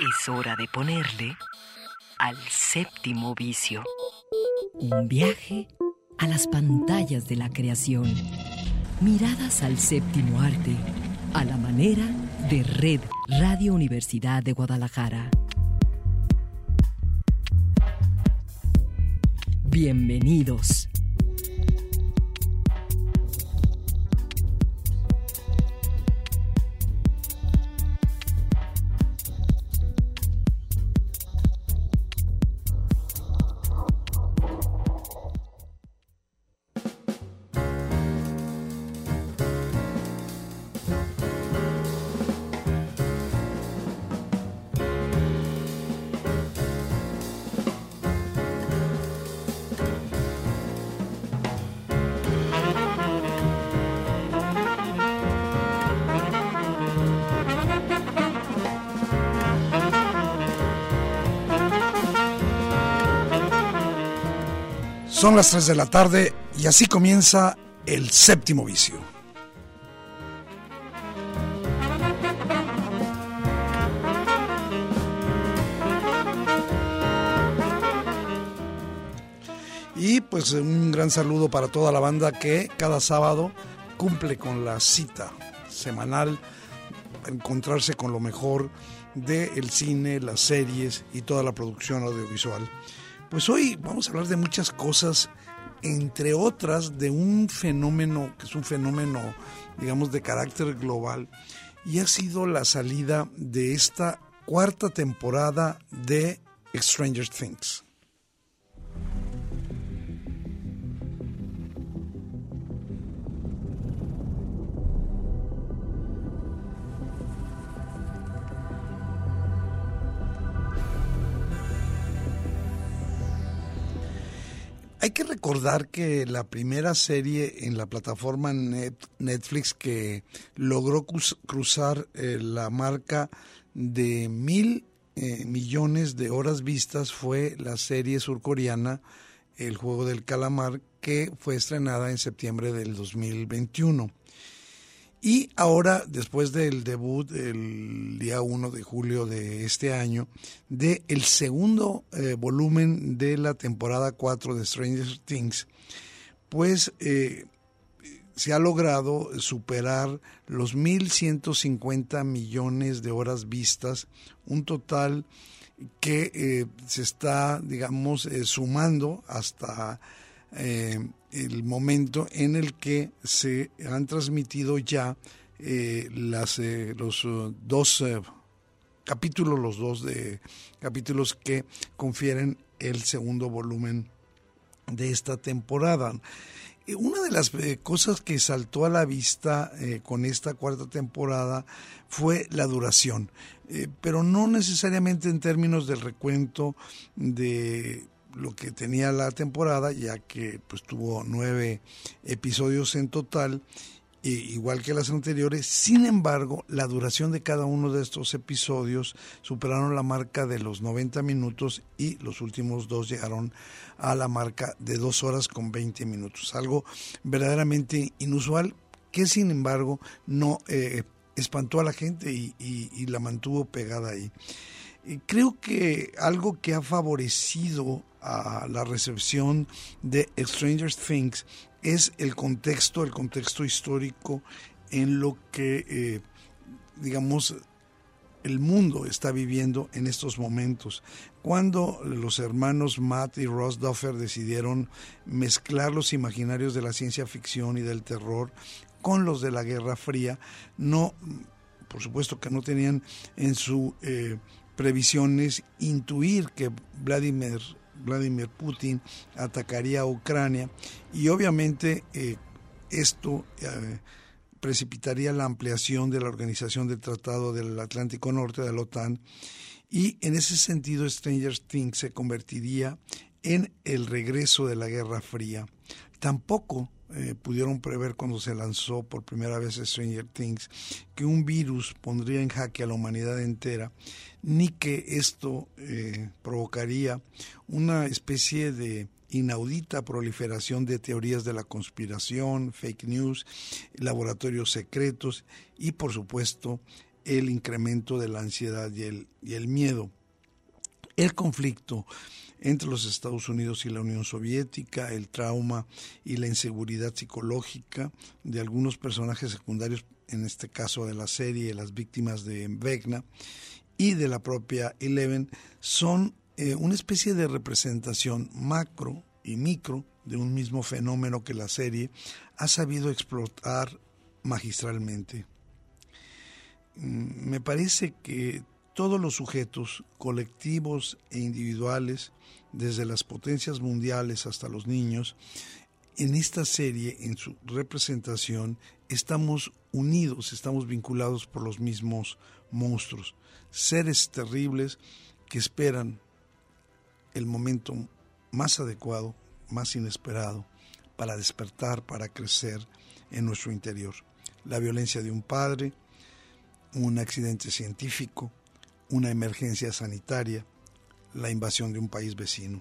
Es hora de ponerle al séptimo vicio. Un viaje a las pantallas de la creación. Miradas al séptimo arte, a la manera de Red Radio Universidad de Guadalajara. Bienvenidos. Son las 3 de la tarde y así comienza el séptimo vicio. Y pues un gran saludo para toda la banda que cada sábado cumple con la cita semanal, encontrarse con lo mejor del cine, las series y toda la producción audiovisual. Pues hoy vamos a hablar de muchas cosas, entre otras de un fenómeno que es un fenómeno, digamos, de carácter global, y ha sido la salida de esta cuarta temporada de Stranger Things. Hay que recordar que la primera serie en la plataforma Netflix que logró cruzar la marca de 1,000 millones de horas vistas fue la serie surcoreana El Juego del Calamar, que fue estrenada en septiembre del 2021. Y ahora, después del debut el día 1 de julio de este año, de el segundo volumen de la temporada 4 de Stranger Things, pues se ha logrado superar los 1,150 millones de horas vistas, un total que se está, digamos, sumando hasta el momento en el que se han transmitido ya los dos capítulos que confieren el segundo volumen de esta temporada. Una de las cosas que saltó a la vista con esta cuarta temporada fue la duración, pero no necesariamente en términos del recuento de lo que tenía la temporada, ya que pues tuvo 9 episodios en total, igual que las anteriores. Sin embargo, la duración de cada uno de estos episodios superaron la marca de los 90 minutos y los últimos 2 llegaron a la marca de 2 horas con 20 minutos. Algo verdaderamente inusual que, sin embargo, no espantó a la gente y la mantuvo pegada ahí. Creo que algo que ha favorecido a la recepción de Stranger Things es el contexto histórico en lo que, digamos, el mundo está viviendo en estos momentos. Cuando los hermanos Matt y Ross Duffer decidieron mezclar los imaginarios de la ciencia ficción y del terror con los de la Guerra Fría, por supuesto que no tenían en su previsiones intuir que Vladimir Putin atacaría a Ucrania, y obviamente esto precipitaría la ampliación de la Organización del Tratado del Atlántico Norte, de la OTAN, y en ese sentido Stranger Things se convertiría en el regreso de la Guerra Fría. Tampoco pudieron prever cuando se lanzó por primera vez Stranger Things que un virus pondría en jaque a la humanidad entera, ni que esto provocaría una especie de inaudita proliferación de teorías de la conspiración, fake news, laboratorios secretos y, por supuesto, el incremento de la ansiedad y el miedo. El conflicto entre los Estados Unidos y la Unión Soviética, el trauma y la inseguridad psicológica de algunos personajes secundarios, en este caso de la serie, las víctimas de Vecna y de la propia Eleven, son una especie de representación macro y micro de un mismo fenómeno que la serie ha sabido explotar magistralmente. Me parece que todos los sujetos, colectivos e individuales, desde las potencias mundiales hasta los niños, en esta serie, en su representación, estamos unidos, estamos vinculados por los mismos monstruos, seres terribles que esperan el momento más adecuado, más inesperado, para despertar, para crecer en nuestro interior. La violencia de un padre, un accidente científico, una emergencia sanitaria, la invasión de un país vecino.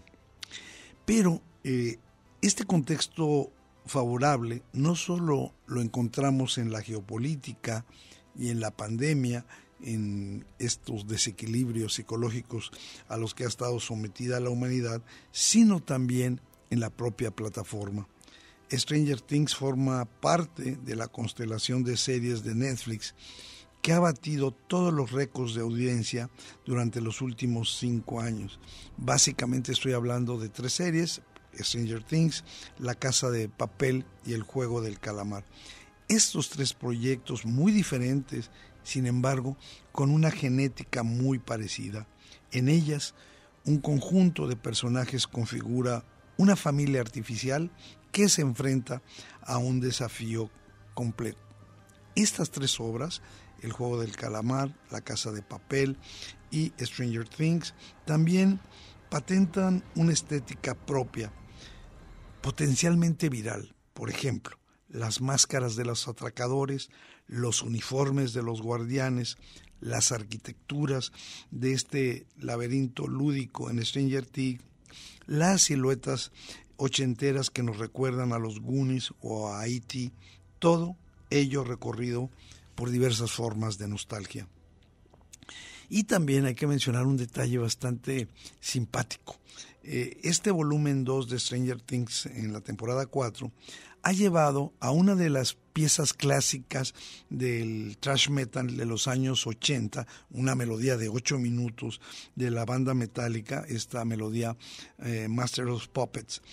Pero este contexto favorable no solo lo encontramos en la geopolítica y en la pandemia, en estos desequilibrios psicológicos a los que ha estado sometida la humanidad, sino también en la propia plataforma. Stranger Things forma parte de la constelación de series de Netflix que ha batido todos los récords de audiencia durante los últimos 5 años. Básicamente estoy hablando de 3 series: Stranger Things, La Casa de Papel y El Juego del Calamar. Estos 3 proyectos muy diferentes, sin embargo, con una genética muy parecida. En ellas, un conjunto de personajes configura una familia artificial que se enfrenta a un desafío complejo. Estas 3 obras, El Juego del Calamar, La Casa de Papel y Stranger Things, también patentan una estética propia, potencialmente viral. Por ejemplo, las máscaras de los atracadores, los uniformes de los guardianes, las arquitecturas de este laberinto lúdico en Stranger Things, las siluetas ochenteras que nos recuerdan a los Goonies o a E.T., todo ello recorrido por diversas formas de nostalgia. Y también hay que mencionar un detalle bastante simpático. Este volumen 2 de Stranger Things en la temporada 4 ha llevado a una de las piezas clásicas del thrash metal de los años 80, una melodía de 8 minutos de la banda Metallica, esta melodía Master of Puppets.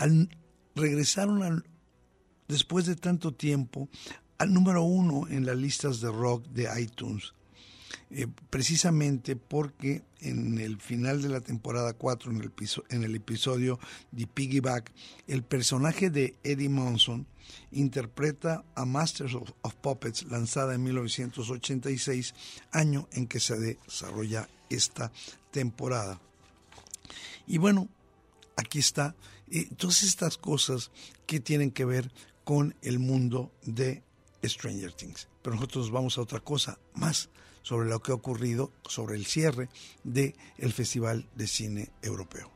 Regresaron después de tanto tiempo al número 1 en las listas de rock de iTunes. Precisamente porque en el final de la temporada 4, en el episodio The Piggyback, el personaje de Eddie Munson interpreta a Masters of Puppets, lanzada en 1986, año en que se desarrolla esta temporada. Y bueno, aquí está todas estas cosas que tienen que ver con el mundo de Stranger Things. Pero nosotros vamos a otra cosa más sobre lo que ha ocurrido, sobre el cierre del Festival de Cine Europeo.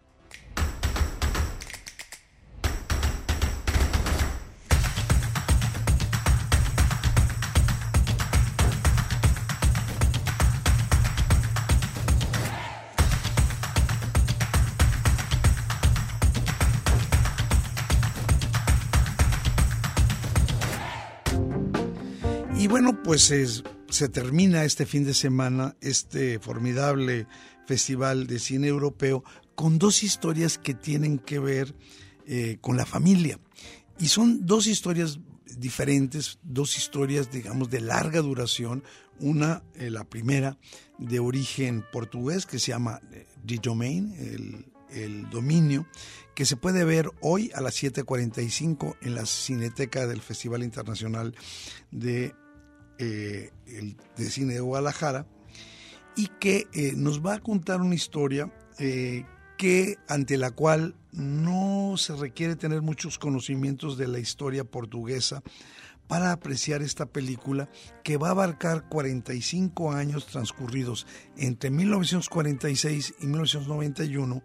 Y bueno, pues se termina este fin de semana este formidable Festival de Cine Europeo con 2 historias que tienen que ver con la familia. Y son 2 historias diferentes, 2 historias, digamos, de larga duración. Una, la primera, de origen portugués, que se llama The Domain, el dominio, que se puede ver hoy a las 7:45 en la Cineteca del Festival Internacional de Cine de Guadalajara, y que nos va a contar una historia ante la cual no se requiere tener muchos conocimientos de la historia portuguesa para apreciar esta película, que va a abarcar 45 años transcurridos entre 1946 y 1991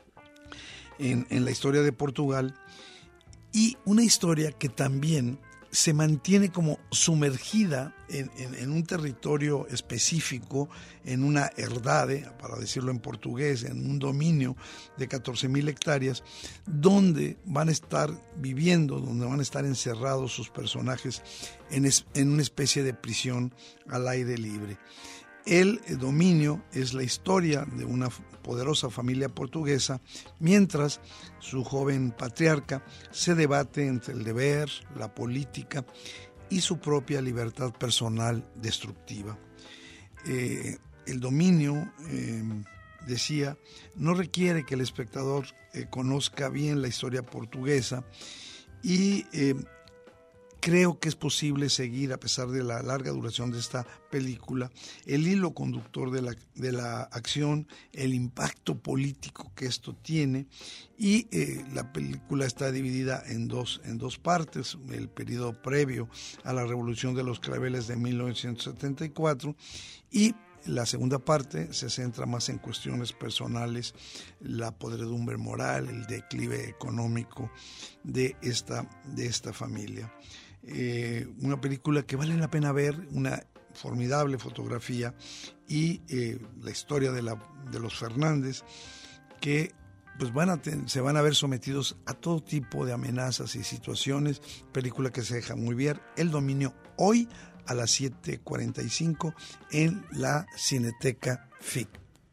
en la historia de Portugal, y una historia que también se mantiene como sumergida en un territorio específico, en una herdade, para decirlo en portugués, en un dominio de 14,000 hectáreas, donde van a estar viviendo, donde van a estar encerrados sus personajes en una especie de prisión al aire libre. El dominio es la historia de una poderosa familia portuguesa, mientras su joven patriarca se debate entre el deber, la política y su propia libertad personal destructiva. El dominio, decía, no requiere que el espectador conozca bien la historia portuguesa y creo que es posible seguir, a pesar de la larga duración de esta película, el hilo conductor de la acción, el impacto político que esto tiene, y la película está dividida en dos partes: el periodo previo a la Revolución de los Claveles de 1974, y la segunda parte se centra más en cuestiones personales, la podredumbre moral, el declive económico de esta familia. Una película que vale la pena ver, una formidable fotografía y la historia de los Fernández, que pues se van a ver sometidos a todo tipo de amenazas y situaciones. Película que se deja muy bien. El dominio, hoy a las 7:45 en la Cineteca FIC.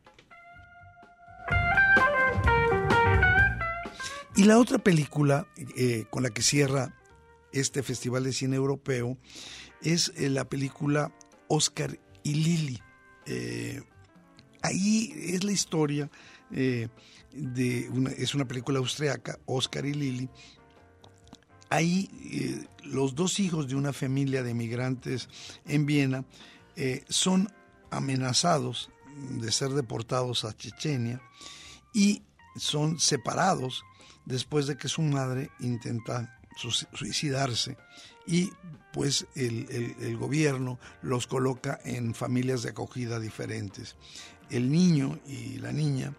Y la otra película con la que cierra este Festival de Cine Europeo es la película Oscar y Lili. Ahí es la historia es una película austriaca, Oscar y Lili. Ahí los dos hijos de una familia de migrantes en Viena son amenazados de ser deportados a Chechenia y son separados después de que su madre intenta suicidarse, y pues el gobierno los coloca en familias de acogida diferentes. El niño y la niña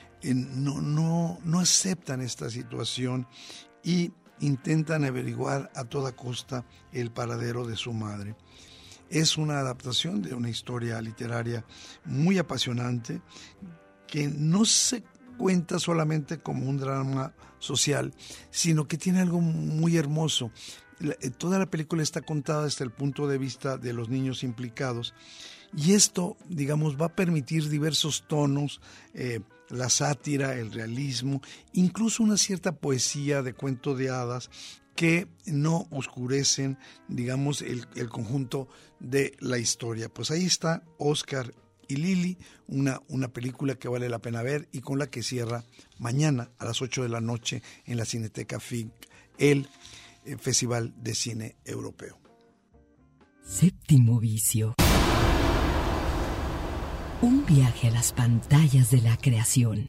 no aceptan esta situación y intentan averiguar a toda costa el paradero de su madre. Es una adaptación de una historia literaria muy apasionante que no se cuenta solamente como un drama social, sino que tiene algo muy hermoso. Toda la película está contada desde el punto de vista de los niños implicados, y esto, digamos, va a permitir diversos tonos, la sátira, el realismo, incluso una cierta poesía de cuento de hadas que no oscurecen, digamos, el conjunto de la historia. Pues ahí está Oscar y Lili, una película que vale la pena ver y con la que cierra mañana a las 8 de la noche en la Cineteca FIC el Festival de Cine Europeo. Séptimo vicio. Un viaje a las pantallas de la creación.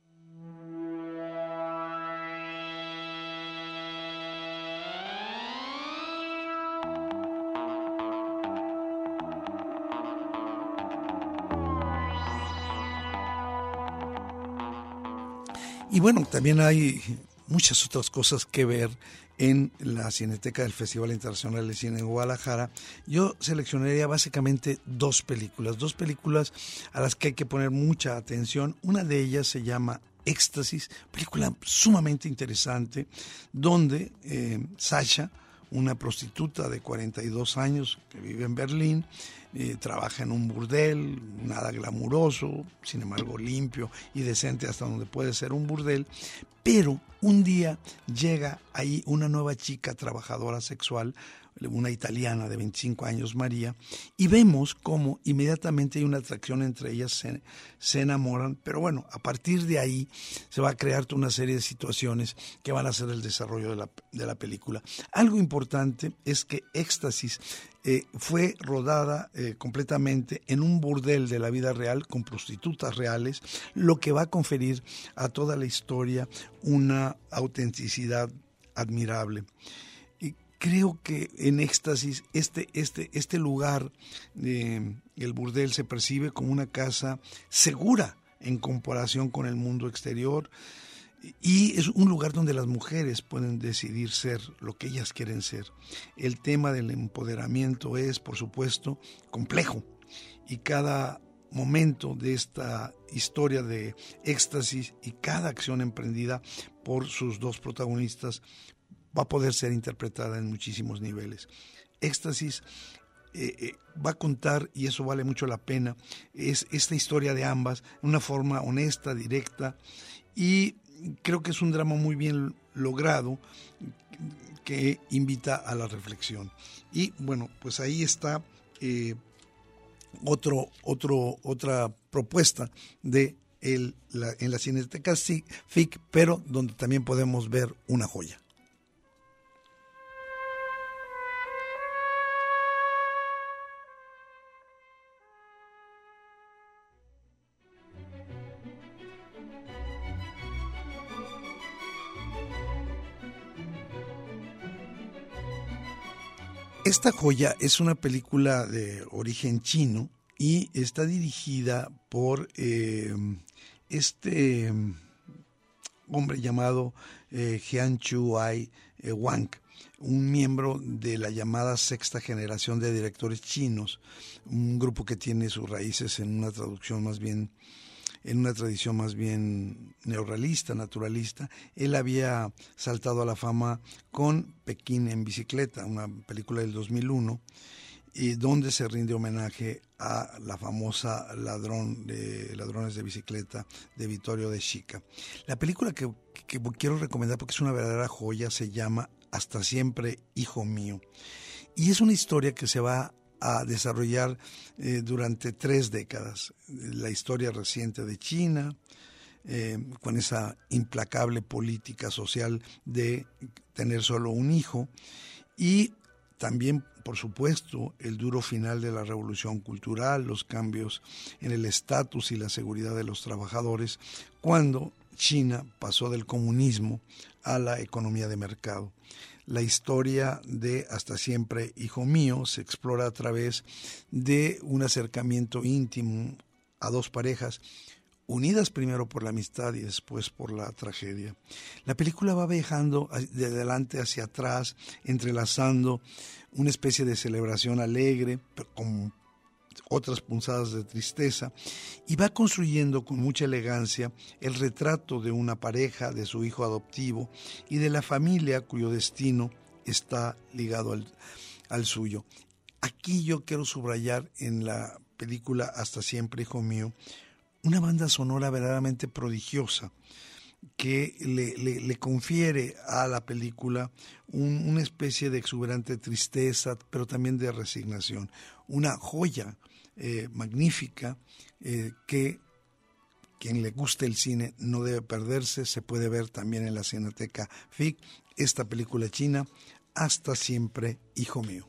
Y bueno, también hay muchas otras cosas que ver en la Cineteca del Festival Internacional de Cine en Guadalajara. Yo seleccionaría básicamente dos películas a las que hay que poner mucha atención. Una de ellas se llama Éxtasis, película sumamente interesante, donde Sasha, una prostituta de 42 años que vive en Berlín, trabaja en un burdel, nada glamuroso, sin embargo limpio y decente hasta donde puede ser un burdel, pero un día llega ahí una nueva chica trabajadora sexual, una italiana de 25 años, María, y vemos cómo inmediatamente hay una atracción entre ellas, se enamoran, pero bueno, a partir de ahí se va a crear toda una serie de situaciones que van a ser el desarrollo de la película. Algo importante es que Éxtasis fue rodada completamente en un burdel de la vida real con prostitutas reales, lo que va a conferir a toda la historia una autenticidad admirable. Creo que en Éxtasis este lugar, el burdel, se percibe como una casa segura en comparación con el mundo exterior. Y es un lugar donde las mujeres pueden decidir ser lo que ellas quieren ser. El tema del empoderamiento es, por supuesto, complejo, y cada momento de esta historia de éxtasis y cada acción emprendida por sus dos protagonistas va a poder ser interpretada en muchísimos niveles. Éxtasis va a contar, y eso vale mucho la pena, es esta historia de ambas, de una forma honesta, directa, y creo que es un drama muy bien logrado que invita a la reflexión. Y bueno, pues ahí está otra propuesta de en la Cineteca FIC, pero donde también podemos ver una joya. Esta joya es una película de origen chino y está dirigida por este hombre llamado Jian Chu-ai Wang, un miembro de la llamada sexta generación de directores chinos, un grupo que tiene sus raíces en una tradición más bien neorrealista, naturalista. Él había saltado a la fama con Pekín en bicicleta, una película del 2001, y donde se rinde homenaje a la famosa ladrones de bicicleta de Vittorio De Sica. La película que quiero recomendar porque es una verdadera joya se llama Hasta siempre, hijo mío, y es una historia que se va a desarrollar durante 3 décadas. La historia reciente de China, con esa implacable política social de tener solo un hijo, y también, por supuesto, el duro final de la revolución cultural, los cambios en el estatus y la seguridad de los trabajadores, cuando China pasó del comunismo a la economía de mercado. La historia de Hasta siempre, hijo mío, se explora a través de un acercamiento íntimo a dos parejas, unidas primero por la amistad y después por la tragedia. La película va viajando de adelante hacia atrás, entrelazando una especie de celebración alegre, con otras punzadas de tristeza, y va construyendo con mucha elegancia el retrato de una pareja, de su hijo adoptivo y de la familia cuyo destino está ligado al suyo. Aquí yo quiero subrayar en la película Hasta siempre, hijo mío, una banda sonora verdaderamente prodigiosa que le confiere a la película una especie de exuberante tristeza, pero también de resignación. Una joya magnífica que quien le guste el cine no debe perderse. Se puede ver también en la Cineteca FIC esta película china, Hasta siempre, hijo mío.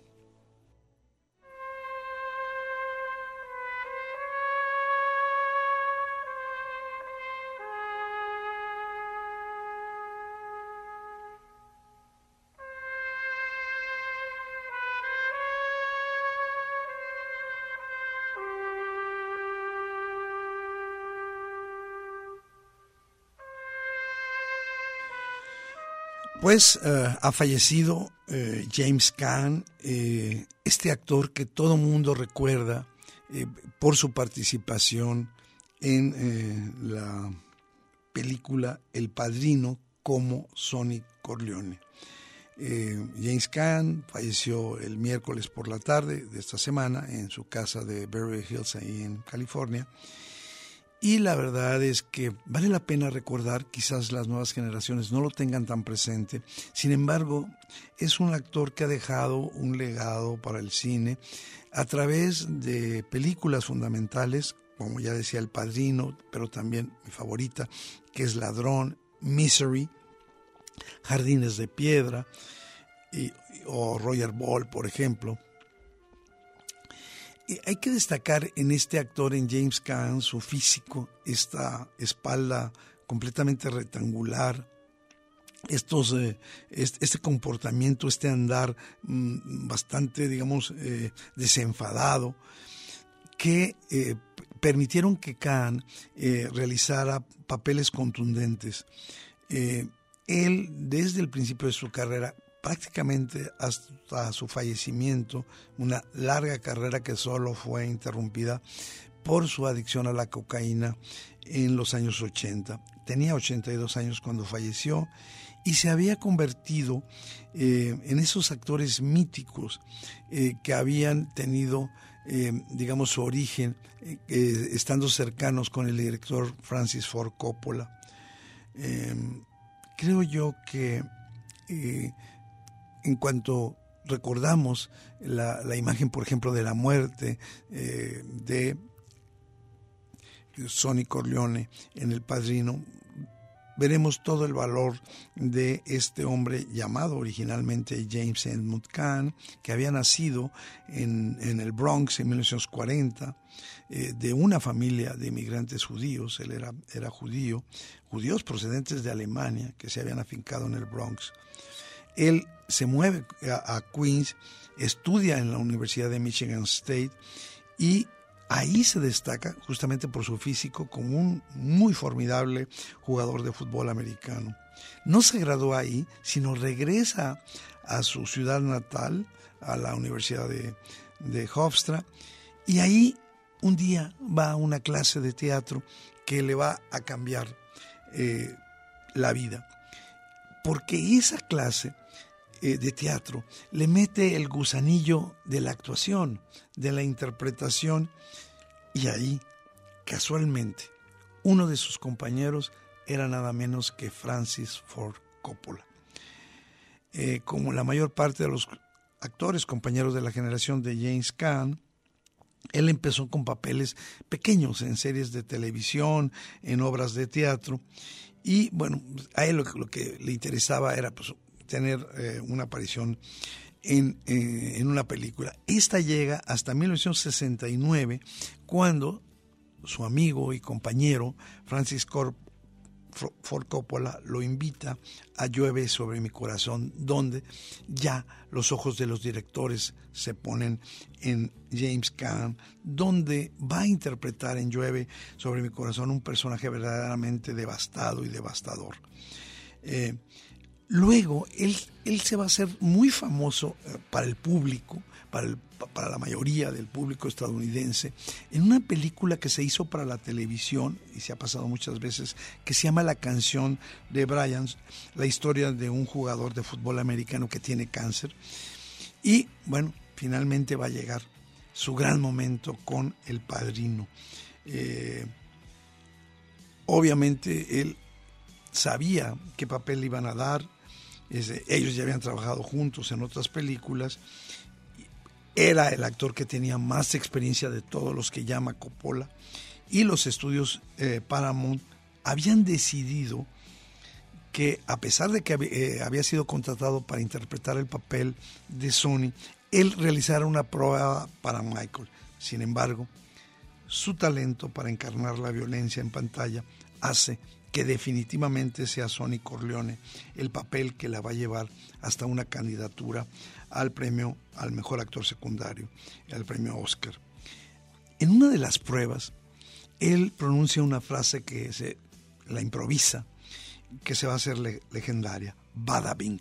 Pues ha fallecido James Caan, este actor que todo mundo recuerda por su participación en la película El Padrino como Sonny Corleone. James Caan falleció el miércoles por la tarde de esta semana en su casa de Beverly Hills, ahí en California. Y la verdad es que vale la pena recordar, quizás las nuevas generaciones no lo tengan tan presente, sin embargo, es un actor que ha dejado un legado para el cine a través de películas fundamentales, como ya decía El Padrino, pero también mi favorita, que es Ladrón, Misery, Jardines de Piedra, o Roger Ball, por ejemplo. Hay que destacar en este actor, en James Caan, su físico, esta espalda completamente rectangular, este comportamiento, este andar bastante, digamos, desenfadado, que permitieron que Caan realizara papeles contundentes. Él, desde el principio de su carrera, prácticamente hasta su fallecimiento, una larga carrera que solo fue interrumpida por su adicción a la cocaína en los años 80. Tenía 82 años cuando falleció y se había convertido en esos actores míticos que habían tenido, digamos, su origen estando cercanos con el director Francis Ford Coppola. Creo yo que en cuanto recordamos la imagen, por ejemplo, de la muerte de Sonny Corleone en El Padrino, veremos todo el valor de este hombre llamado originalmente James Edmund Caan, que había nacido en el Bronx en 1940, de una familia de inmigrantes judíos. Él era judío, judíos procedentes de Alemania que se habían afincado en el Bronx. Él se mueve a Queens, estudia en la Universidad de Michigan State y ahí se destaca justamente por su físico como un muy formidable jugador de fútbol americano. No se graduó ahí, sino regresa a su ciudad natal, a la Universidad de Hofstra, y ahí un día va a una clase de teatro que le va a cambiar la vida. Porque esa clase de teatro le mete el gusanillo de la actuación, de la interpretación, y ahí, casualmente, uno de sus compañeros era nada menos que Francis Ford Coppola. Como la mayor parte de los actores compañeros de la generación de James Caan, él empezó con papeles pequeños en series de televisión, en obras de teatro, y bueno, a él lo que le interesaba era pues tener una aparición en una película. Esta llega hasta 1969, cuando su amigo y compañero Francis Ford Coppola lo invita a Llueve sobre mi corazón, donde ya los ojos de los directores se ponen en James Caan, donde va a interpretar en Llueve sobre mi corazón un personaje verdaderamente devastado y devastador. Luego, él se va a hacer muy famoso para el público, para la mayoría del público estadounidense, en una película que se hizo para la televisión, y se ha pasado muchas veces, que se llama La canción de Brian, la historia de un jugador de fútbol americano que tiene cáncer. Y, bueno, finalmente va a llegar su gran momento con El Padrino. Obviamente, él sabía qué papel le iban a dar. Ellos ya habían trabajado juntos en otras películas. Era el actor que tenía más experiencia de todos los que llama Coppola, y los estudios Paramount habían decidido que, a pesar de que había sido contratado para interpretar el papel de Sonny, él realizara una prueba para Michael. Sin embargo, su talento para encarnar la violencia en pantalla hace que definitivamente sea Sonny Corleone el papel que la va a llevar hasta una candidatura al premio al mejor actor secundario, al premio Oscar. En una de las pruebas, él pronuncia una frase que se la improvisa, que se va a hacer legendaria: bada bing.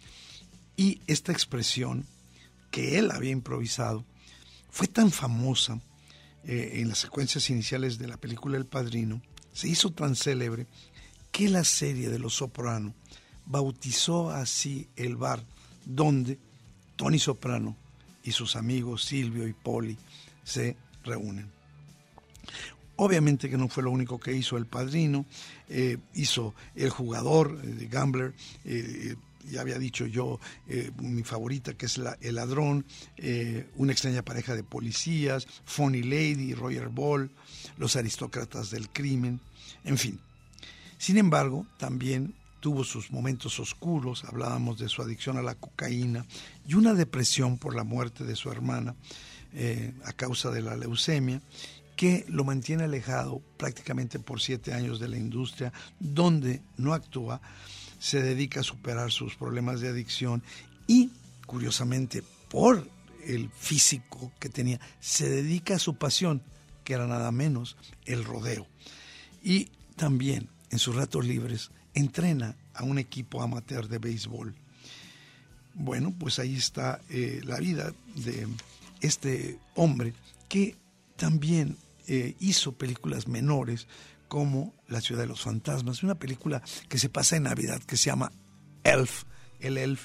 Y esta expresión que él había improvisado fue tan famosa en las secuencias iniciales de la película El Padrino, se hizo tan célebre, que la serie de Los Soprano bautizó así el bar donde Tony Soprano y sus amigos Silvio y Poli se reúnen. Obviamente que no fue lo único que hizo El Padrino, hizo El Jugador, de Gambler, ya había dicho yo, mi favorita, que es El Ladrón, Una extraña pareja de policías, Funny Lady, Roger Ball, Los aristócratas del crimen, en fin. Sin embargo, también tuvo sus momentos oscuros. Hablábamos de su adicción a la cocaína y una depresión por la muerte de su hermana a causa de la leucemia, que lo mantiene alejado prácticamente por 7 años de la industria, donde no actúa, se dedica a superar sus problemas de adicción y, curiosamente, por el físico que tenía, se dedica a su pasión, que era nada menos el rodeo. Y también, en sus ratos libres, entrena a un equipo amateur de béisbol. Bueno, pues ahí está la vida de este hombre que también hizo películas menores como La ciudad de los fantasmas, una película que se pasa en Navidad que se llama Elf, el Elf,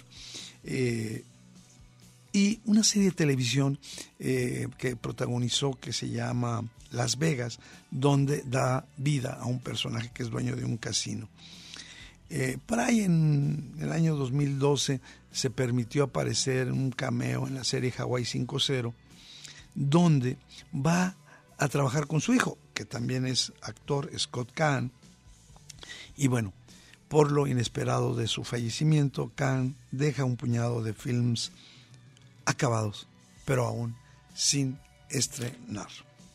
y una serie de televisión que protagonizó que se llama Las Vegas, donde da vida a un personaje que es dueño de un casino. Por ahí en el año 2012 se permitió aparecer un cameo en la serie Hawaii 5-0, donde va a trabajar con su hijo, que también es actor, Scott Caan. Y bueno, por lo inesperado de su fallecimiento, Caan deja un puñado de films acabados, pero aún sin estrenar.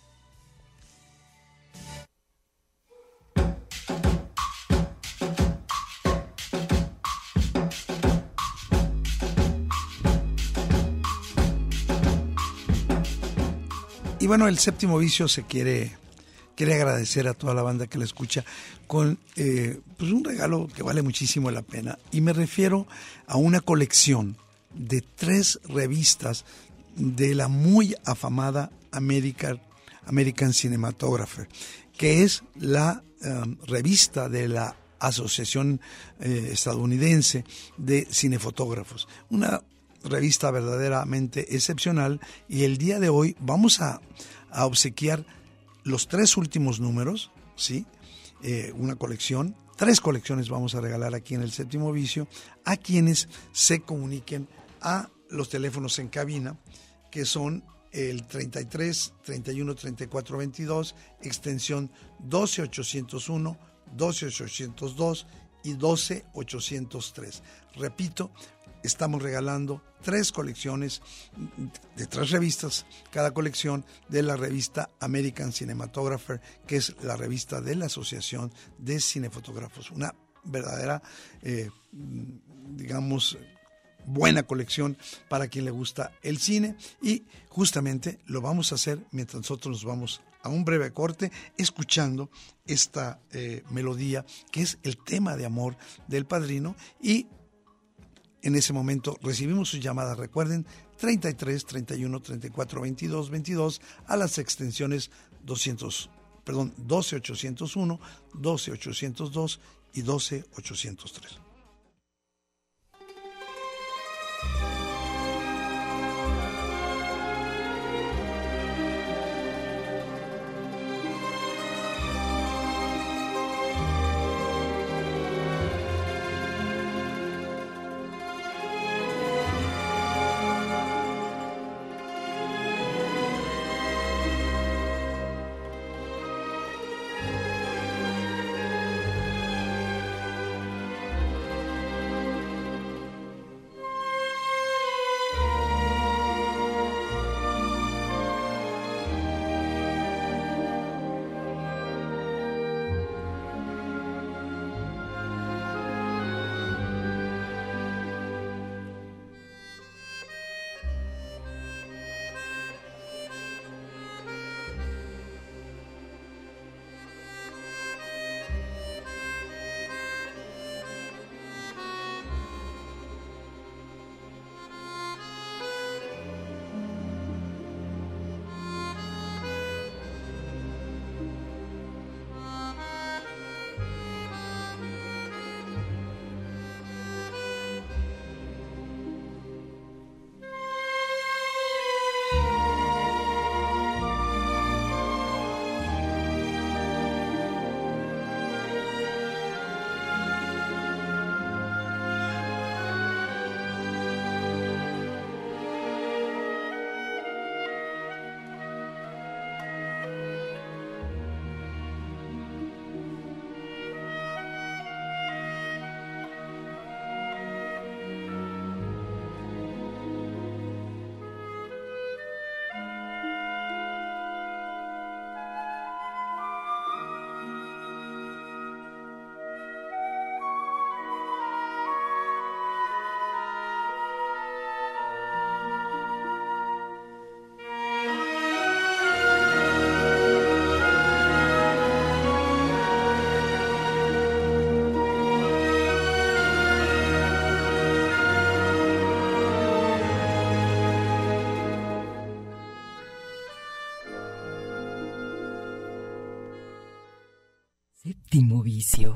Y bueno, el Séptimo Vicio se quiere agradecer a toda la banda que la escucha con pues un regalo que vale muchísimo la pena. Y me refiero a una colección de 3 revistas de la muy afamada American Cinematographer, que es la revista de la Asociación Estadounidense de Cinefotógrafos. Una revista verdaderamente excepcional, y el día de hoy vamos a obsequiar los 3 últimos números, ¿sí? Una colección, 3 colecciones vamos a regalar aquí en el Séptimo Vicio a quienes se comuniquen a los teléfonos en cabina, que son el 33 31 34 22, extensión 12801, 12802 y 12803. Repito, estamos regalando 3 colecciones de 3 revistas, cada colección de la revista American Cinematographer, que es la revista de la Asociación de Cinefotógrafos. Una verdadera, digamos, buena colección para quien le gusta el cine, y justamente lo vamos a hacer mientras nosotros nos vamos a un breve corte escuchando esta melodía que es el tema de amor del Padrino. Y en ese momento recibimos sus llamadas. Recuerden, 33 31 34 22 22 a las extensiones 12801, 12802 y 12803. Séptimo vicio.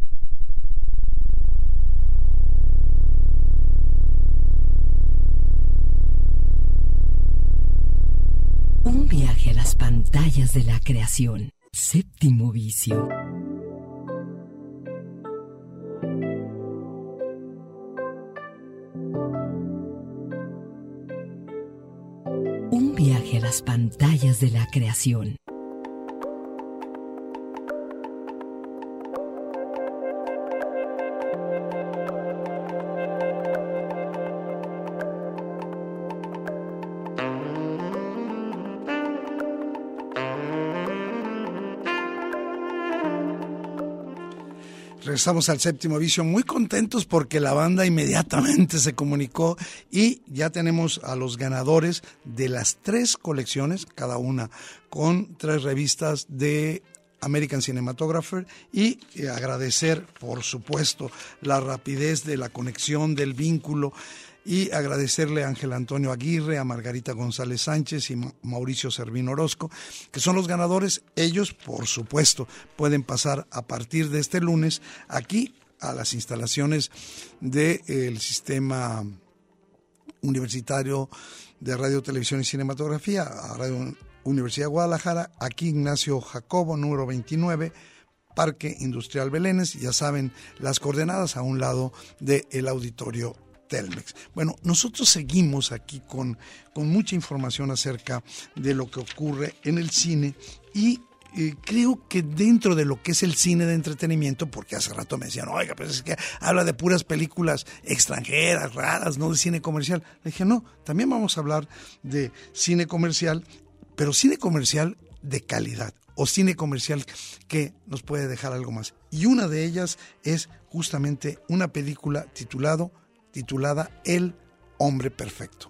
Un viaje a las pantallas de la creación. Séptimo vicio. Un viaje a las pantallas de la creación. Regresamos al Séptimo Vicio, muy contentos porque la banda inmediatamente se comunicó y ya tenemos a los ganadores de las 3 colecciones, cada una con 3 revistas de American Cinematographer, y agradecer, por supuesto, la rapidez de la conexión, del vínculo, y agradecerle a Ángel Antonio Aguirre, a Margarita González Sánchez y Mauricio Servín Orozco, que son los ganadores. Ellos, por supuesto, pueden pasar a partir de este lunes aquí a las instalaciones del Sistema Universitario de Radio, Televisión y Cinematografía, a Radio Universidad de Guadalajara, aquí Ignacio Jacobo, número 29, Parque Industrial Belénes. Ya saben, las coordenadas a un lado del auditorio Telmex. Bueno, nosotros seguimos aquí con mucha información acerca de lo que ocurre en el cine y creo que dentro de lo que es el cine de entretenimiento, porque hace rato me decían, oiga, pues es que habla de puras películas extranjeras, raras, no de cine comercial. Le dije, no, también vamos a hablar de cine comercial, pero cine comercial de calidad, o cine comercial que nos puede dejar algo más. Y una de ellas es justamente una película titulada El Hombre Perfecto.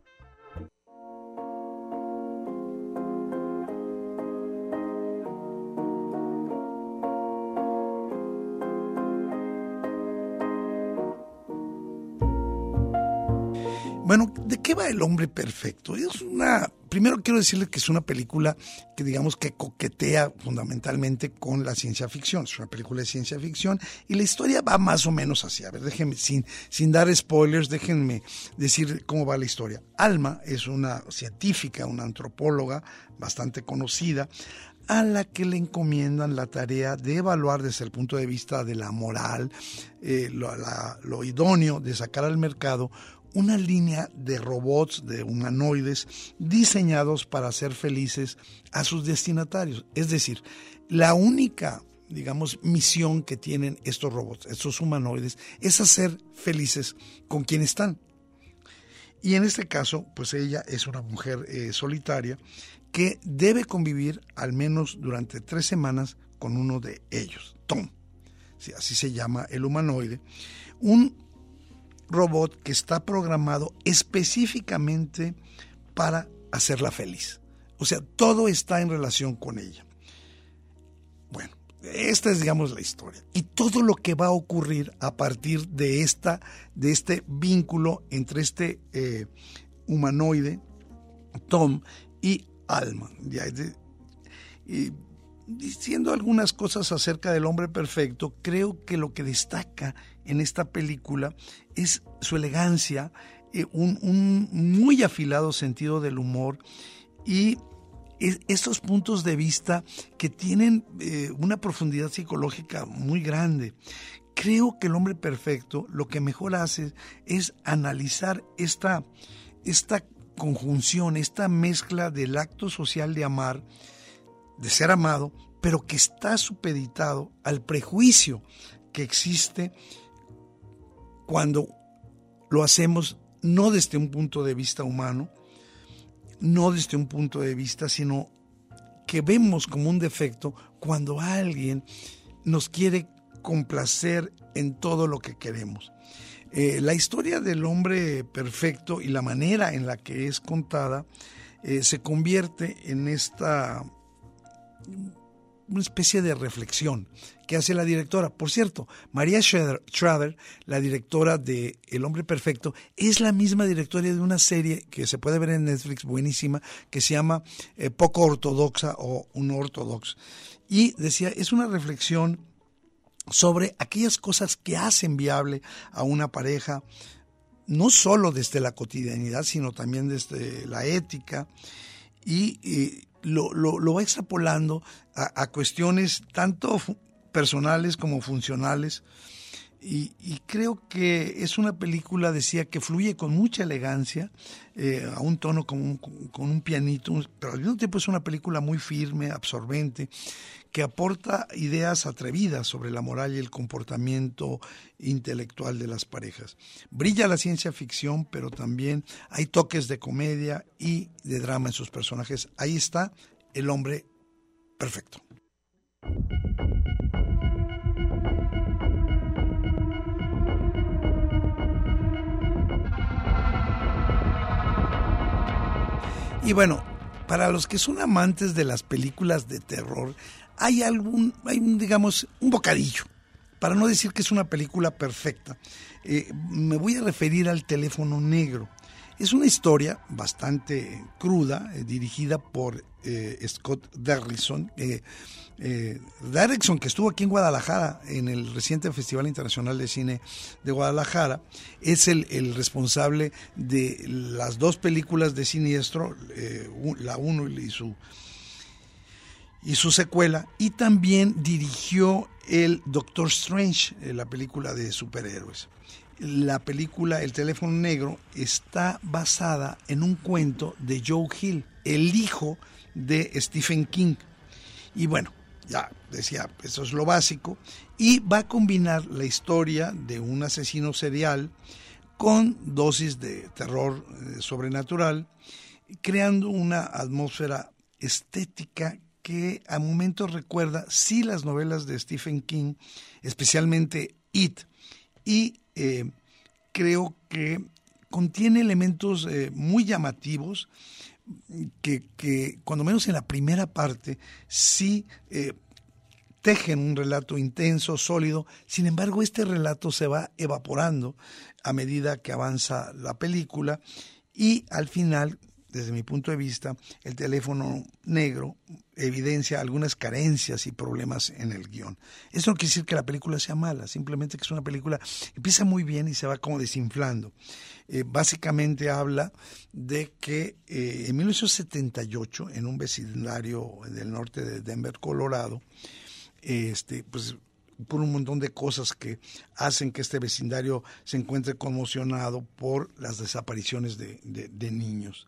Bueno, ¿de qué va El Hombre Perfecto? Primero quiero decirles que es una película que digamos que coquetea fundamentalmente con la ciencia ficción. Es una película de ciencia ficción y la historia va más o menos así. A ver, déjenme, sin dar spoilers, déjenme decir cómo va la historia. Alma es una científica, una antropóloga bastante conocida, a la que le encomiendan la tarea de evaluar desde el punto de vista de la moral, lo idóneo de sacar al mercado una línea de robots, de humanoides, diseñados para hacer felices a sus destinatarios. Es decir, la única, digamos, misión que tienen estos robots, estos humanoides, es hacer felices con quien están. Y en este caso, pues ella es una mujer solitaria que debe convivir al menos durante 3 semanas con uno de ellos, Tom. Sí, así se llama el humanoide. Un robot que está programado específicamente para hacerla feliz. O sea, todo está en relación con ella. Bueno, esta es, digamos, la historia. Y todo lo que va a ocurrir a partir de este vínculo entre este humanoide, Tom, y Alma. Diciendo algunas cosas acerca del Hombre Perfecto, creo que lo que destaca en esta película es su elegancia, un muy afilado sentido del humor y estos puntos de vista que tienen una profundidad psicológica muy grande. Creo que El Hombre Perfecto lo que mejor hace es analizar esta conjunción, esta mezcla del acto social de amar, de ser amado, pero que está supeditado al prejuicio que existe cuando lo hacemos no desde un punto de vista humano, no desde un punto de vista, sino que vemos como un defecto cuando alguien nos quiere complacer en todo lo que queremos. La historia del Hombre Perfecto y la manera en la que es contada se convierte en esta una especie de reflexión que hace la directora. Por cierto, Maria Schrader, la directora de El Hombre Perfecto, es la misma directora de una serie que se puede ver en Netflix, buenísima, que se llama Poco Ortodoxa o Un Ortodox. Y decía, es una reflexión sobre aquellas cosas que hacen viable a una pareja, no solo desde la cotidianidad, sino también desde la ética, y lo va extrapolando a cuestiones tanto personales como funcionales, y creo que es una película, decía, que fluye con mucha elegancia, a un tono con un pianito, pero al mismo tiempo es una película muy firme, absorbente, que aporta ideas atrevidas sobre la moral y el comportamiento intelectual de las parejas. Brilla la ciencia ficción, pero también hay toques de comedia y de drama en sus personajes. Ahí está El Hombre Perfecto. Y bueno, para los que son amantes de las películas de terror, hay digamos, un bocadillo, para no decir que es una película perfecta. Me voy a referir al Teléfono Negro. Es una historia bastante cruda, dirigida por Scott Derrickson. Derrickson, que estuvo aquí en Guadalajara en el reciente Festival Internacional de Cine de Guadalajara, es el responsable de las dos películas de Siniestro, la 1 y su secuela, y también dirigió el Doctor Strange, la película de superhéroes. La película El Teléfono Negro está basada en un cuento de Joe Hill, el hijo de Stephen King. Y bueno, ya decía, eso es lo básico, y va a combinar la historia de un asesino serial con dosis de terror sobrenatural, creando una atmósfera estética que a momentos recuerda, sí, las novelas de Stephen King, especialmente It, y creo que contiene elementos muy llamativos que cuando menos en la primera parte sí tejen un relato intenso, sólido. Sin embargo, este relato se va evaporando a medida que avanza la película, y al final, desde mi punto de vista, El Teléfono Negro evidencia algunas carencias y problemas en el guión. Eso no quiere decir que la película sea mala, simplemente que es una película que empieza muy bien y se va como desinflando. Básicamente habla de que en 1978, en un vecindario del norte de Denver, Colorado, pues por un montón de cosas que hacen que este vecindario se encuentre conmocionado por las desapariciones de niños.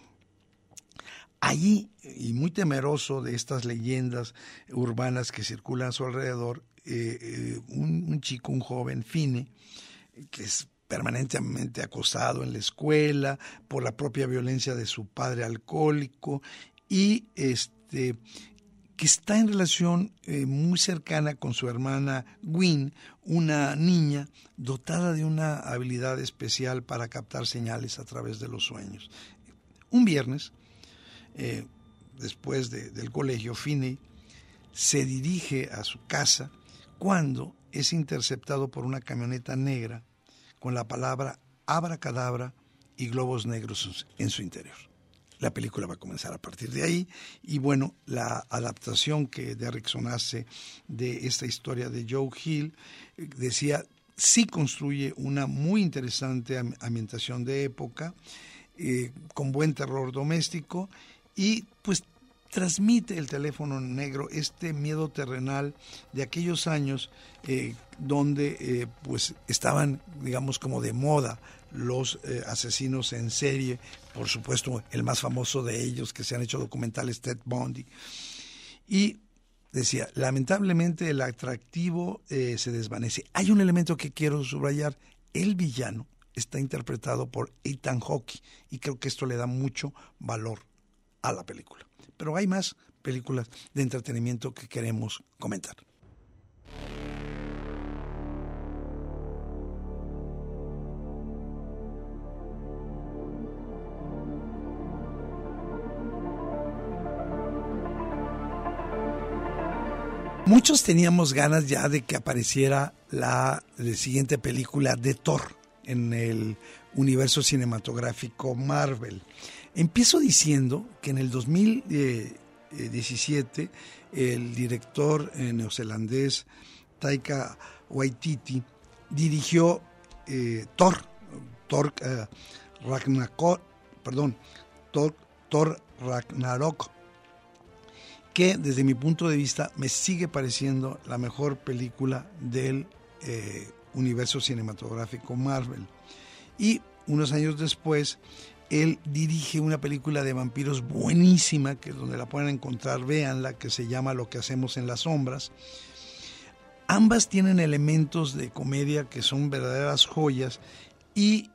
Allí, y muy temeroso de estas leyendas urbanas que circulan a su alrededor, un chico, un joven, Fine, que es permanentemente acosado en la escuela por la propia violencia de su padre alcohólico, y que está en relación muy cercana con su hermana Gwen, una niña dotada de una habilidad especial para captar señales a través de los sueños. Un viernes, después del colegio, Finney se dirige a su casa cuando es interceptado por una camioneta negra con la palabra abracadabra y globos negros en su interior. La película va a comenzar a partir de ahí, y bueno, la adaptación que Derrickson hace de esta historia de Joe Hill, decía, sí construye una muy interesante ambientación de época, con buen terror doméstico, y pues transmite El Teléfono Negro este miedo terrenal de aquellos años donde pues estaban, digamos, como de moda los asesinos en serie. Por supuesto, el más famoso de ellos, que se han hecho documentales, Ted Bundy. Y decía, lamentablemente el atractivo se desvanece. Hay un elemento que quiero subrayar: el villano está interpretado por Ethan Hawke, y creo que esto le da mucho valor a la película. Pero hay más películas de entretenimiento que queremos comentar. Muchos teníamos ganas ya de que apareciera la siguiente película de Thor en el universo cinematográfico Marvel. Empiezo diciendo que en el 2017 el director neozelandés Taika Waititi dirigió Thor Ragnarok, que desde mi punto de vista me sigue pareciendo la mejor película del universo cinematográfico Marvel. Y unos años después, él dirige una película de vampiros buenísima, que donde la pueden encontrar, véanla, que se llama Lo que hacemos en las sombras. Ambas tienen elementos de comedia que son verdaderas joyas y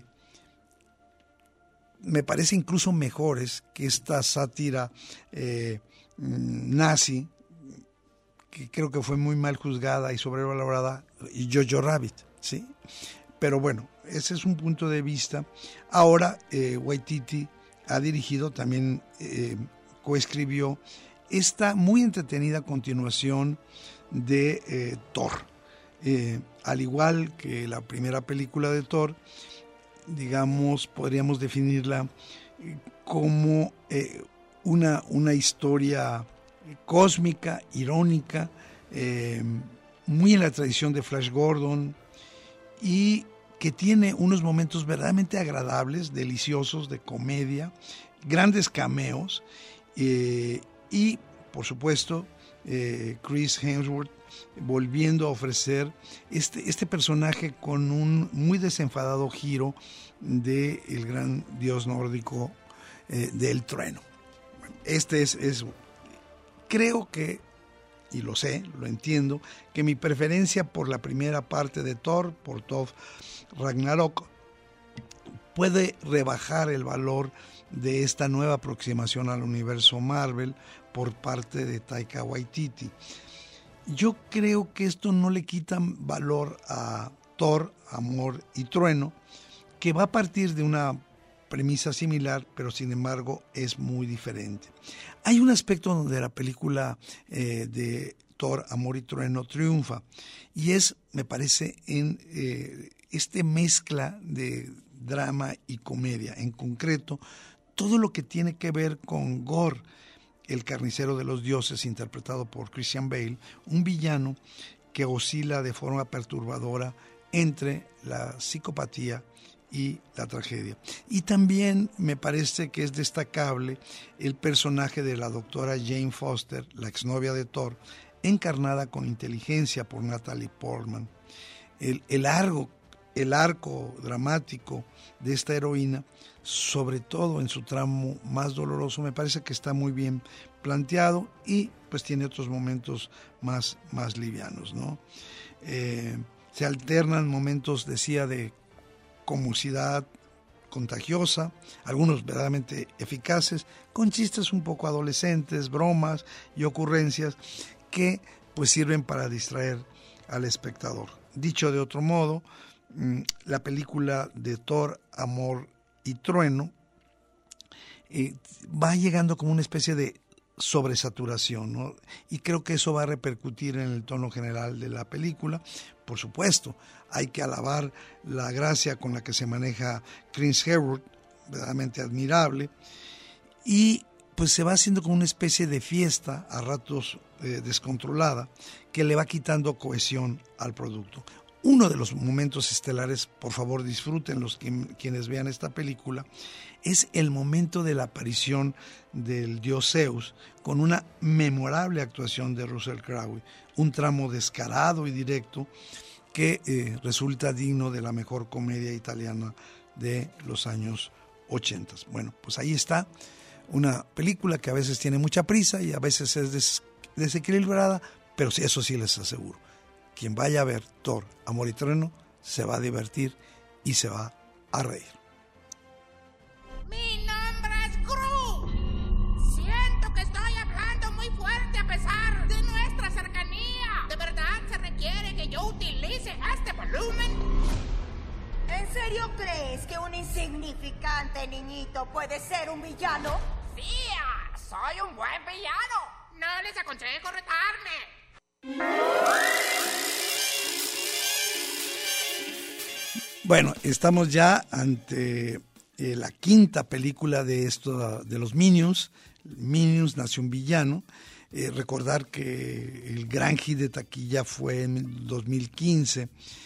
me parece incluso mejores que esta sátira nazi, que creo que fue muy mal juzgada y sobrevalorada, y Jojo Rabbit, ¿sí? Pero bueno, ese es un punto de vista. Ahora Waititi ha dirigido, también coescribió esta muy entretenida continuación de Thor. Al igual que la primera película de Thor, digamos, podríamos definirla como una historia cósmica, irónica, muy en la tradición de Flash Gordon, y que tiene unos momentos verdaderamente agradables, deliciosos, de comedia, grandes cameos, y por supuesto Chris Hemsworth volviendo a ofrecer este personaje con un muy desenfadado giro del gran dios nórdico del trueno. Creo que, y lo sé, lo entiendo, que mi preferencia por la primera parte de Thor, por Thor Ragnarok, puede rebajar el valor de esta nueva aproximación al universo Marvel por parte de Taika Waititi. Yo creo que esto no le quita valor a Thor, Amor y Trueno, que va a partir de una premisa similar, pero sin embargo es muy diferente. Hay un aspecto donde la película de Thor, Amor y Trueno triunfa, y es, me parece, en mezcla de drama y comedia. En concreto, todo lo que tiene que ver con Gore, el carnicero de los dioses, interpretado por Christian Bale, un villano que oscila de forma perturbadora entre la psicopatía y la tragedia. Y también me parece que es destacable el personaje de la doctora Jane Foster, la exnovia de Thor, encarnada con inteligencia por Natalie Portman. El arco dramático de esta heroína, sobre todo en su tramo más doloroso, me parece que está muy bien planteado, y pues tiene otros momentos más livianos, ¿no? Se alternan momentos, decía, de comicidad contagiosa, algunos verdaderamente eficaces, con chistes un poco adolescentes, bromas y ocurrencias que pues sirven para distraer al espectador. Dicho de otro modo, la película de Thor, Amor y Trueno va llegando como una especie de sobresaturación, ¿no? Y creo que eso va a repercutir en el tono general de la película. Por supuesto, hay que alabar la gracia con la que se maneja Chris Hemsworth, verdaderamente admirable, y pues se va haciendo como una especie de fiesta, a ratos descontrolada, que le va quitando cohesión al producto. Uno de los momentos estelares, por favor disfruten quienes vean esta película, es el momento de la aparición del dios Zeus, con una memorable actuación de Russell Crowe, un tramo descarado y directo que resulta digno de la mejor comedia italiana de los años 80. Bueno, pues ahí está una película que a veces tiene mucha prisa y a veces es desequilibrada, pero sí, eso sí les aseguro. Quien vaya a ver Thor, Amor y Trueno se va a divertir y se va a reír. Mi nombre es Gru. Siento que estoy hablando muy fuerte a pesar de nuestra cercanía. ¿De verdad se requiere que yo utilice este volumen? ¿En serio crees que un insignificante niñito puede ser un villano? ¡Tía! ¡Soy un buen villano! No les aconsejo retarme. Bueno, estamos ya ante la quinta película de los Minions. Minions nació un villano. Recordar que el gran hit de taquilla fue en 2015.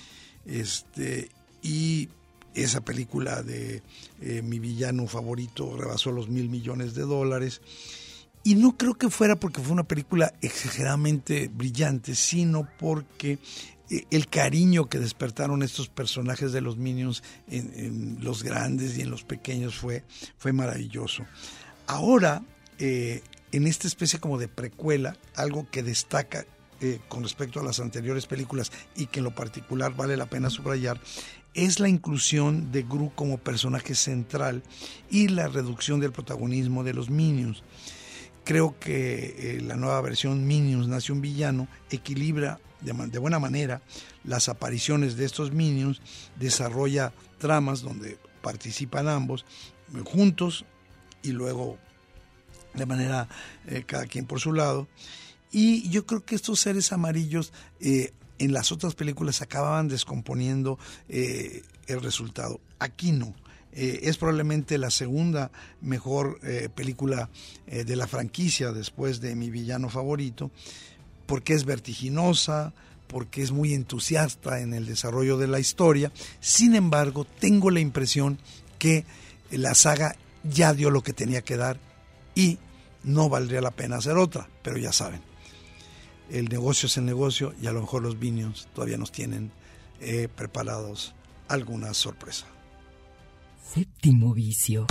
Y esa película de mi villano favorito rebasó los $1,000 millones. Y no creo que fuera porque fue una película exageradamente brillante, sino porque el cariño que despertaron estos personajes de los Minions en los grandes y en los pequeños fue maravilloso. Ahora, en esta especie como de precuela, algo que destaca con respecto a las anteriores películas y que en lo particular vale la pena subrayar, es la inclusión de Gru como personaje central y la reducción del protagonismo de los Minions. Creo que la nueva versión Minions nace un villano equilibra de buena manera las apariciones de estos Minions, desarrolla tramas donde participan ambos juntos y luego de manera cada quien por su lado. Y yo creo que estos seres amarillos en las otras películas acababan descomponiendo el resultado. Aquí no. Es probablemente la segunda mejor película de la franquicia después de mi villano favorito, porque es vertiginosa, porque es muy entusiasta en el desarrollo de la historia. Sin embargo, tengo la impresión que la saga ya dio lo que tenía que dar y no valdría la pena hacer otra, pero ya saben, el negocio es el negocio y a lo mejor los Minions todavía nos tienen preparados alguna sorpresa. Séptimo vicio.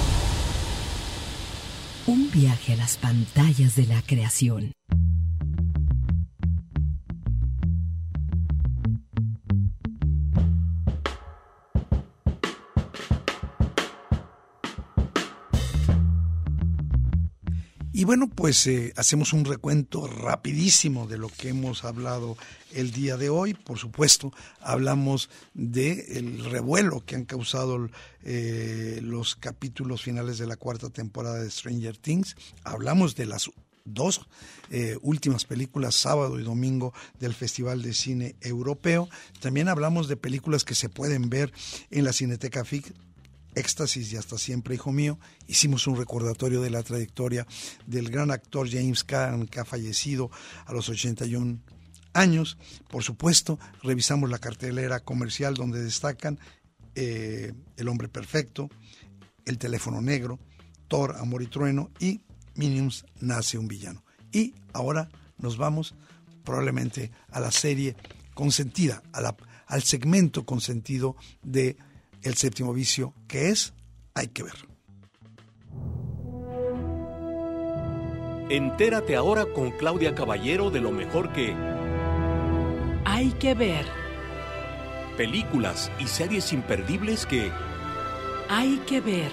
Un viaje a las pantallas de la creación. Y bueno, pues hacemos un recuento rapidísimo de lo que hemos hablado el día de hoy. Por supuesto, hablamos del revuelo que han causado los capítulos finales de la cuarta temporada de Stranger Things. Hablamos de las dos últimas películas, sábado y domingo, del Festival de Cine Europeo. También hablamos de películas que se pueden ver en la Cineteca FIC, Éxtasis y Hasta Siempre, hijo mío. Hicimos un recordatorio de la trayectoria del gran actor James Caan, que ha fallecido a los 81 años. Por supuesto, revisamos la cartelera comercial donde destacan El Hombre Perfecto, El Teléfono Negro, Thor, Amor y Trueno y Minions nace un villano. Y ahora nos vamos probablemente a la serie consentida, al segmento consentido de El Séptimo Vicio, que es Hay que ver. Entérate ahora con Claudia Caballero de lo mejor que Hay que ver. películas y series imperdibles que Hay que ver.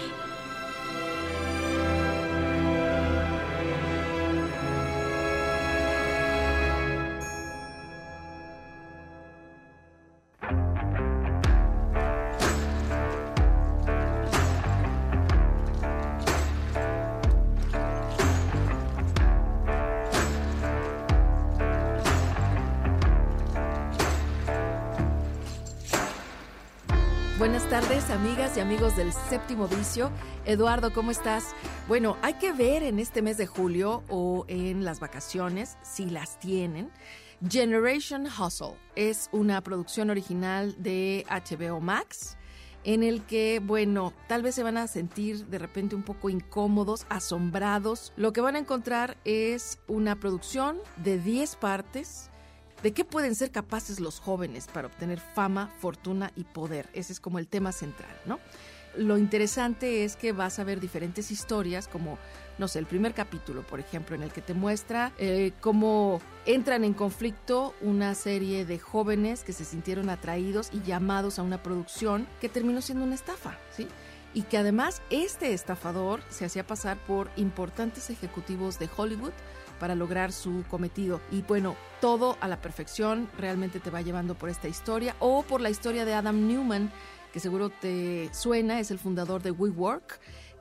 Buenas tardes, amigas y amigos del Séptimo Vicio. Eduardo, ¿cómo estás? Bueno, hay que ver en este mes de julio o en las vacaciones, si las tienen, Generation Hustle. Es una producción original de HBO Max, en el que, bueno, tal vez se van a sentir de repente un poco incómodos, asombrados. Lo que van a encontrar es una producción de 10 partes. ¿De qué pueden ser capaces los jóvenes para obtener fama, fortuna y poder? Ese es como el tema central, ¿no? Lo interesante es que vas a ver diferentes historias, como, no sé, el primer capítulo, por ejemplo, en el que te muestra cómo entran en conflicto una serie de jóvenes que se sintieron atraídos y llamados a una producción que terminó siendo una estafa, ¿sí? Y que además este estafador se hacía pasar por importantes ejecutivos de Hollywood para lograr su cometido. Y bueno, todo a la perfección, realmente te va llevando por esta historia o por la historia de Adam Newman, que seguro te suena, es el fundador de WeWork,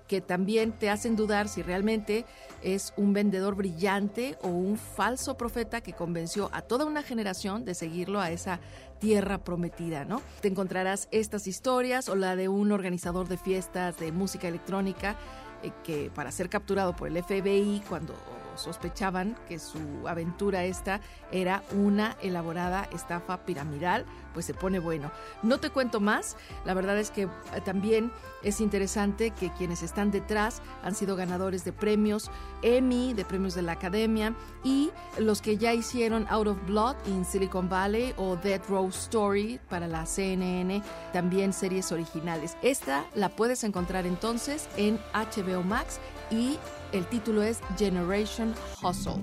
que también te hacen dudar si realmente es un vendedor brillante o un falso profeta que convenció a toda una generación de seguirlo a esa tierra prometida, ¿no? Te encontrarás estas historias o la de un organizador de fiestas de música electrónica que para ser capturado por el FBI cuando sospechaban que su aventura esta era una elaborada estafa piramidal, pues se pone bueno. No te cuento más, la verdad es que también es interesante que quienes están detrás han sido ganadores de premios Emmy, de premios de la Academia, y los que ya hicieron Out of Blood in Silicon Valley o Death Row Story para la CNN, también series originales. Esta la puedes encontrar entonces en HBO Max y el título es Generation Hustle.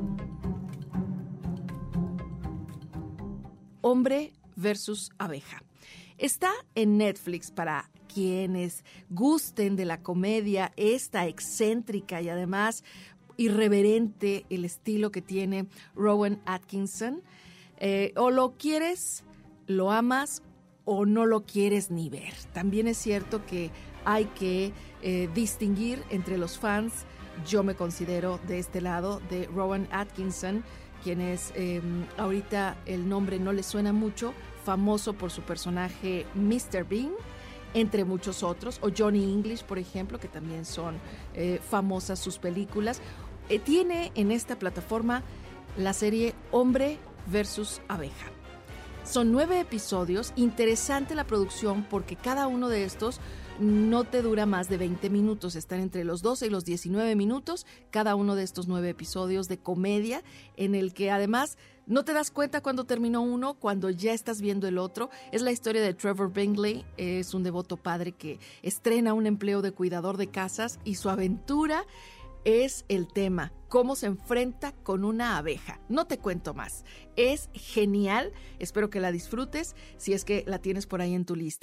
Hombre versus abeja. Está en Netflix para quienes gusten de la comedia, esta excéntrica y además irreverente el estilo que tiene Rowan Atkinson. O lo quieres, lo amas o no lo quieres ni ver. También es cierto que hay que distinguir entre los fans. Yo me considero de este lado de Rowan Atkinson, quien es, ahorita el nombre no le suena mucho, famoso por su personaje Mr. Bean, entre muchos otros, o Johnny English, por ejemplo, que también son famosas sus películas. Tiene en esta plataforma la serie Hombre versus Abeja. Son 9 episodios, interesante la producción porque cada uno de estos no te dura más de 20 minutos, están entre los 12 y los 19 minutos, cada uno de estos 9 episodios de comedia, en el que además no te das cuenta cuando terminó uno, cuando ya estás viendo el otro. Es la historia de Trevor Bingley, es un devoto padre que estrena un empleo de cuidador de casas y su aventura es el tema, cómo se enfrenta con una abeja. No te cuento más, es genial, espero que la disfrutes si es que la tienes por ahí en tu lista.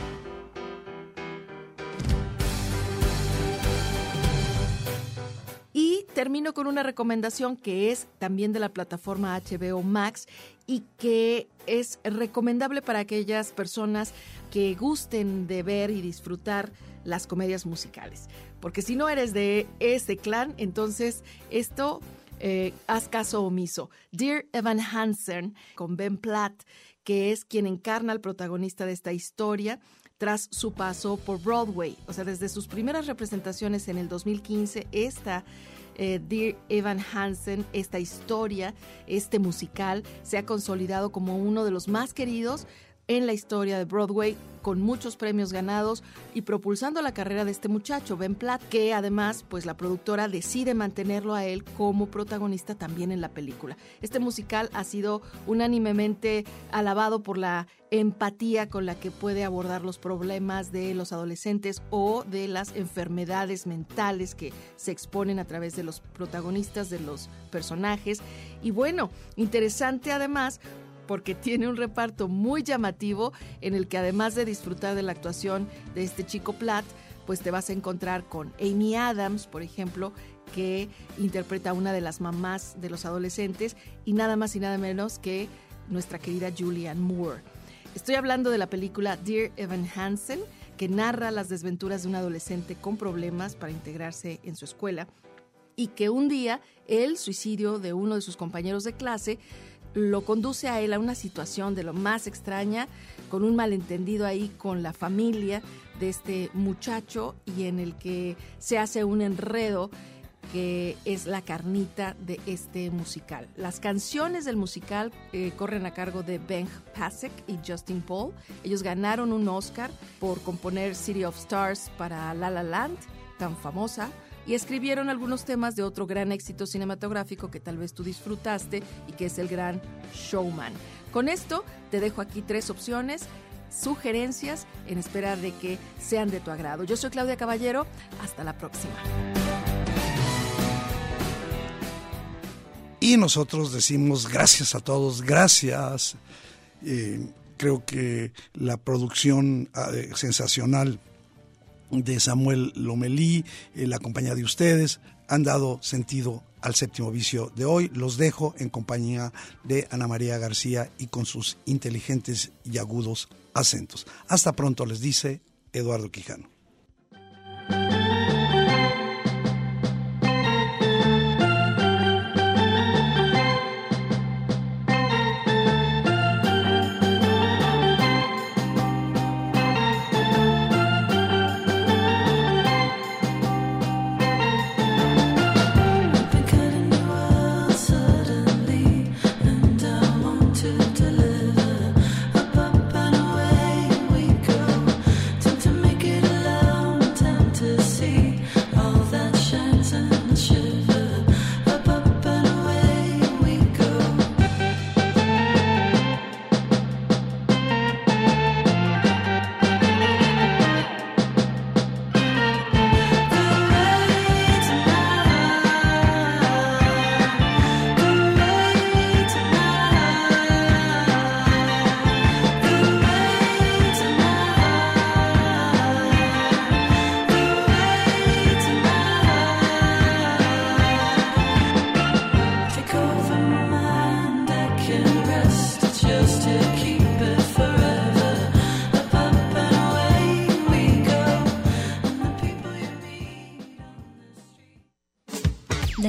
Y termino con una recomendación que es también de la plataforma HBO Max y que es recomendable para aquellas personas que gusten de ver y disfrutar las comedias musicales. Porque si no eres de este clan, entonces esto haz caso omiso. Dear Evan Hansen con Ben Platt, que es quien encarna al protagonista de esta historia tras su paso por Broadway. O sea, desde sus primeras representaciones en el 2015, esta Dear Evan Hansen, esta historia, este musical, se ha consolidado como uno de los más queridos en la historia de Broadway, con muchos premios ganados y propulsando la carrera de este muchacho, Ben Platt, que además, pues la productora decide mantenerlo a él como protagonista también en la película. Este musical ha sido unánimemente alabado por la empatía con la que puede abordar los problemas de los adolescentes o de las enfermedades mentales que se exponen a través de los protagonistas, de los personajes. Y bueno, interesante además, porque tiene un reparto muy llamativo en el que además de disfrutar de la actuación de este chico Platt, pues te vas a encontrar con Amy Adams, por ejemplo, que interpreta a una de las mamás de los adolescentes y nada más y nada menos que nuestra querida Julianne Moore. Estoy hablando de la película Dear Evan Hansen, que narra las desventuras de un adolescente con problemas para integrarse en su escuela y que un día el suicidio de uno de sus compañeros de clase lo conduce a él a una situación de lo más extraña, con un malentendido ahí con la familia de este muchacho y en el que se hace un enredo que es la carnita de este musical. Las canciones del musical corren a cargo de Ben Pasek y Justin Paul. Ellos ganaron un Oscar por componer City of Stars para La La Land, tan famosa, y escribieron algunos temas de otro gran éxito cinematográfico que tal vez tú disfrutaste y que es El Gran Showman. Con esto te dejo aquí 3 opciones, sugerencias en espera de que sean de tu agrado. Yo soy Claudia Caballero, hasta la próxima. Y nosotros decimos gracias a todos, gracias. Creo que la producción sensacional de Samuel Lomelí, la compañía de ustedes, han dado sentido al Séptimo Vicio de hoy. Los dejo en compañía de Ana María García y con sus inteligentes y agudos acentos. Hasta pronto, les dice Eduardo Quijano.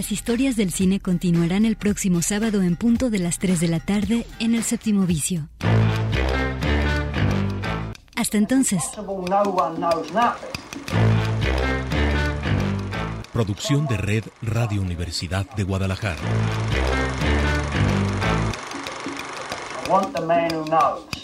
Las historias del cine continuarán el próximo sábado en punto de las 3 de la tarde en El Séptimo Vicio. Hasta entonces. Producción de Red Radio Universidad de Guadalajara. I want the man who knows.